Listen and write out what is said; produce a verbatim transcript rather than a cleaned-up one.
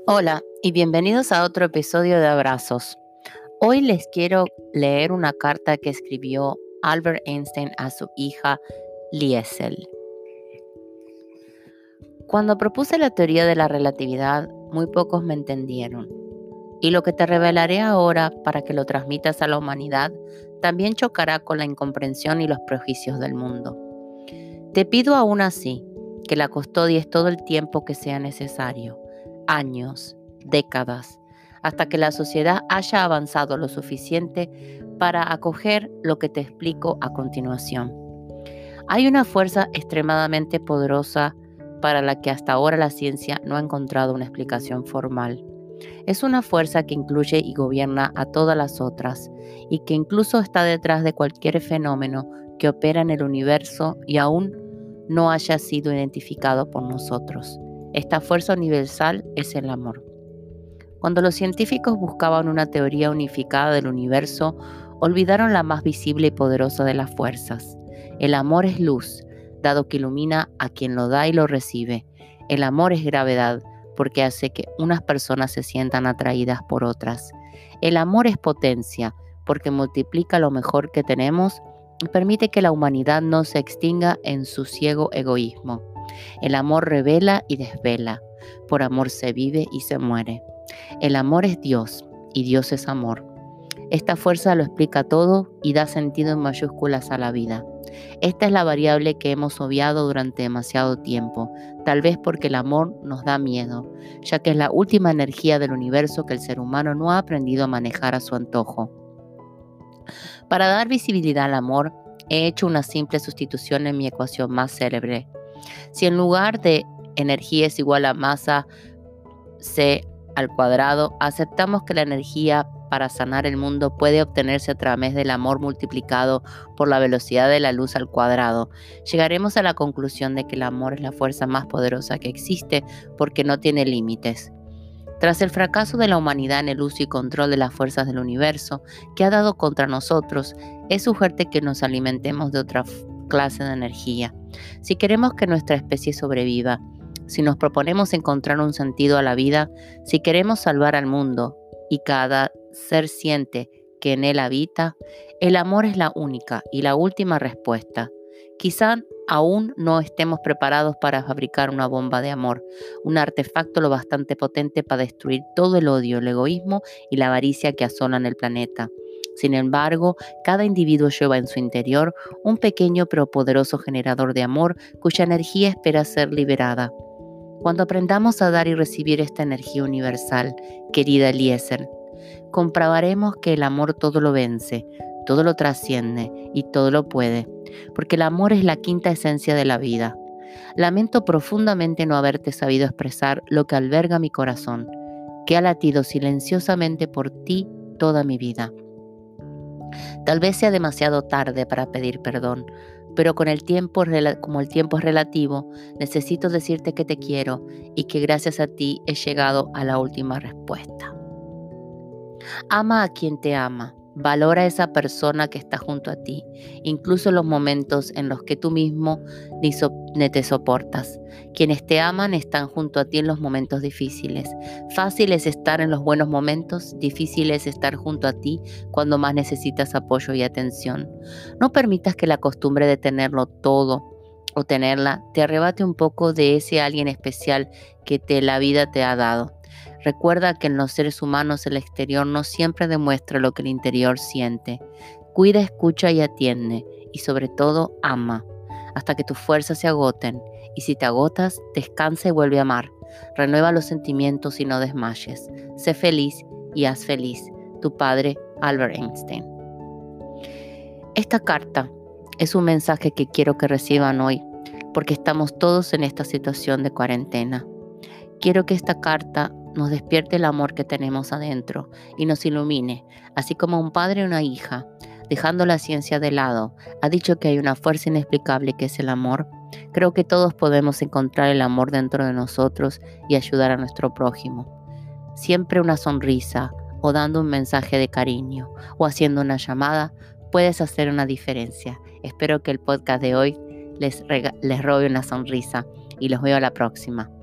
Hola y bienvenidos a otro episodio de Abrazos. Hoy les quiero leer una carta que escribió Albert Einstein a su hija Liesel. Cuando propuse la teoría de la relatividad, muy pocos me entendieron. Y lo que te revelaré ahora para que lo transmitas a la humanidad también chocará con la incomprensión y los prejuicios del mundo. Te pido aún así que la custodies todo el tiempo que sea necesario, años, décadas, hasta que la sociedad haya avanzado lo suficiente para acoger lo que te explico a continuación. Hay una fuerza extremadamente poderosa para la que hasta ahora la ciencia no ha encontrado una explicación formal. Es una fuerza que incluye y gobierna a todas las otras y que incluso está detrás de cualquier fenómeno que opera en el universo y aún no haya sido identificado por nosotros. Esta fuerza universal es el amor. Cuando los científicos buscaban una teoría unificada del universo, olvidaron la más visible y poderosa de las fuerzas. El amor es luz, dado que ilumina a quien lo da y lo recibe. El amor es gravedad, porque hace que unas personas se sientan atraídas por otras. El amor es potencia, porque multiplica lo mejor que tenemos y permite que la humanidad no se extinga en su ciego egoísmo. El amor revela y desvela. Por amor se vive y se muere. El amor es Dios y Dios es amor. Esta fuerza lo explica todo y da sentido en mayúsculas a la vida. Esta es la variable que hemos obviado durante demasiado tiempo, tal vez porque el amor nos da miedo, ya que es la última energía del universo que el ser humano no ha aprendido a manejar a su antojo. Para dar visibilidad al amor, he hecho una simple sustitución en mi ecuación más célebre. Si en lugar de energía es igual a masa C al cuadrado, aceptamos que la energía para sanar el mundo puede obtenerse a través del amor multiplicado por la velocidad de la luz al cuadrado. Llegaremos a la conclusión de que el amor es la fuerza más poderosa que existe porque no tiene límites. Tras el fracaso de la humanidad en el uso y control de las fuerzas del universo que ha dado contra nosotros, es urgente que nos alimentemos de otra clase de energía. Si queremos que nuestra especie sobreviva, si nos proponemos encontrar un sentido a la vida, si queremos salvar al mundo y cada ser siente que en él habita, el amor es la única y la última respuesta. Quizá aún no estemos preparados para fabricar una bomba de amor, un artefacto lo bastante potente para destruir todo el odio, el egoísmo y la avaricia que asolan el planeta. Sin embargo, cada individuo lleva en su interior un pequeño pero poderoso generador de amor cuya energía espera ser liberada. Cuando aprendamos a dar y recibir esta energía universal, querida Eliezer, comprobaremos que el amor todo lo vence, todo lo trasciende y todo lo puede, porque el amor es la quinta esencia de la vida. Lamento profundamente no haberte sabido expresar lo que alberga mi corazón, que ha latido silenciosamente por ti toda mi vida. Tal vez sea demasiado tarde para pedir perdón, pero con el tiempo, como el tiempo es relativo, necesito decirte que te quiero y que gracias a ti he llegado a la última respuesta. Ama a quien te ama, valora a esa persona que está junto a ti, incluso en los momentos en los que tú mismo ni, so, ni te soportas. Quienes te aman están junto a ti en los momentos difíciles. Fácil es estar en los buenos momentos, difícil es estar junto a ti cuando más necesitas apoyo y atención. No permitas que la costumbre de tenerlo todo o tenerla te arrebate un poco de ese alguien especial que te, la vida te ha dado. Recuerda que en los seres humanos el exterior no siempre demuestra lo que el interior siente. Cuida, escucha y atiende, y sobre todo ama, hasta que tus fuerzas se agoten, y si te agotas, descansa y vuelve a amar. Renueva los sentimientos y no desmayes. Sé feliz y haz feliz. Tu padre, Albert Einstein. Esta carta es un mensaje que quiero que reciban hoy, porque estamos todos en esta situación de cuarentena. Quiero que esta carta nos despierte el amor que tenemos adentro y nos ilumine, así como un padre y una hija, dejando la ciencia de lado, ha dicho que hay una fuerza inexplicable que es el amor. Creo que todos podemos encontrar el amor dentro de nosotros y ayudar a nuestro prójimo. Siempre una sonrisa, o dando un mensaje de cariño, o haciendo una llamada, puedes hacer una diferencia. Espero que el podcast de hoy les, rega- les robe una sonrisa y los veo a la próxima.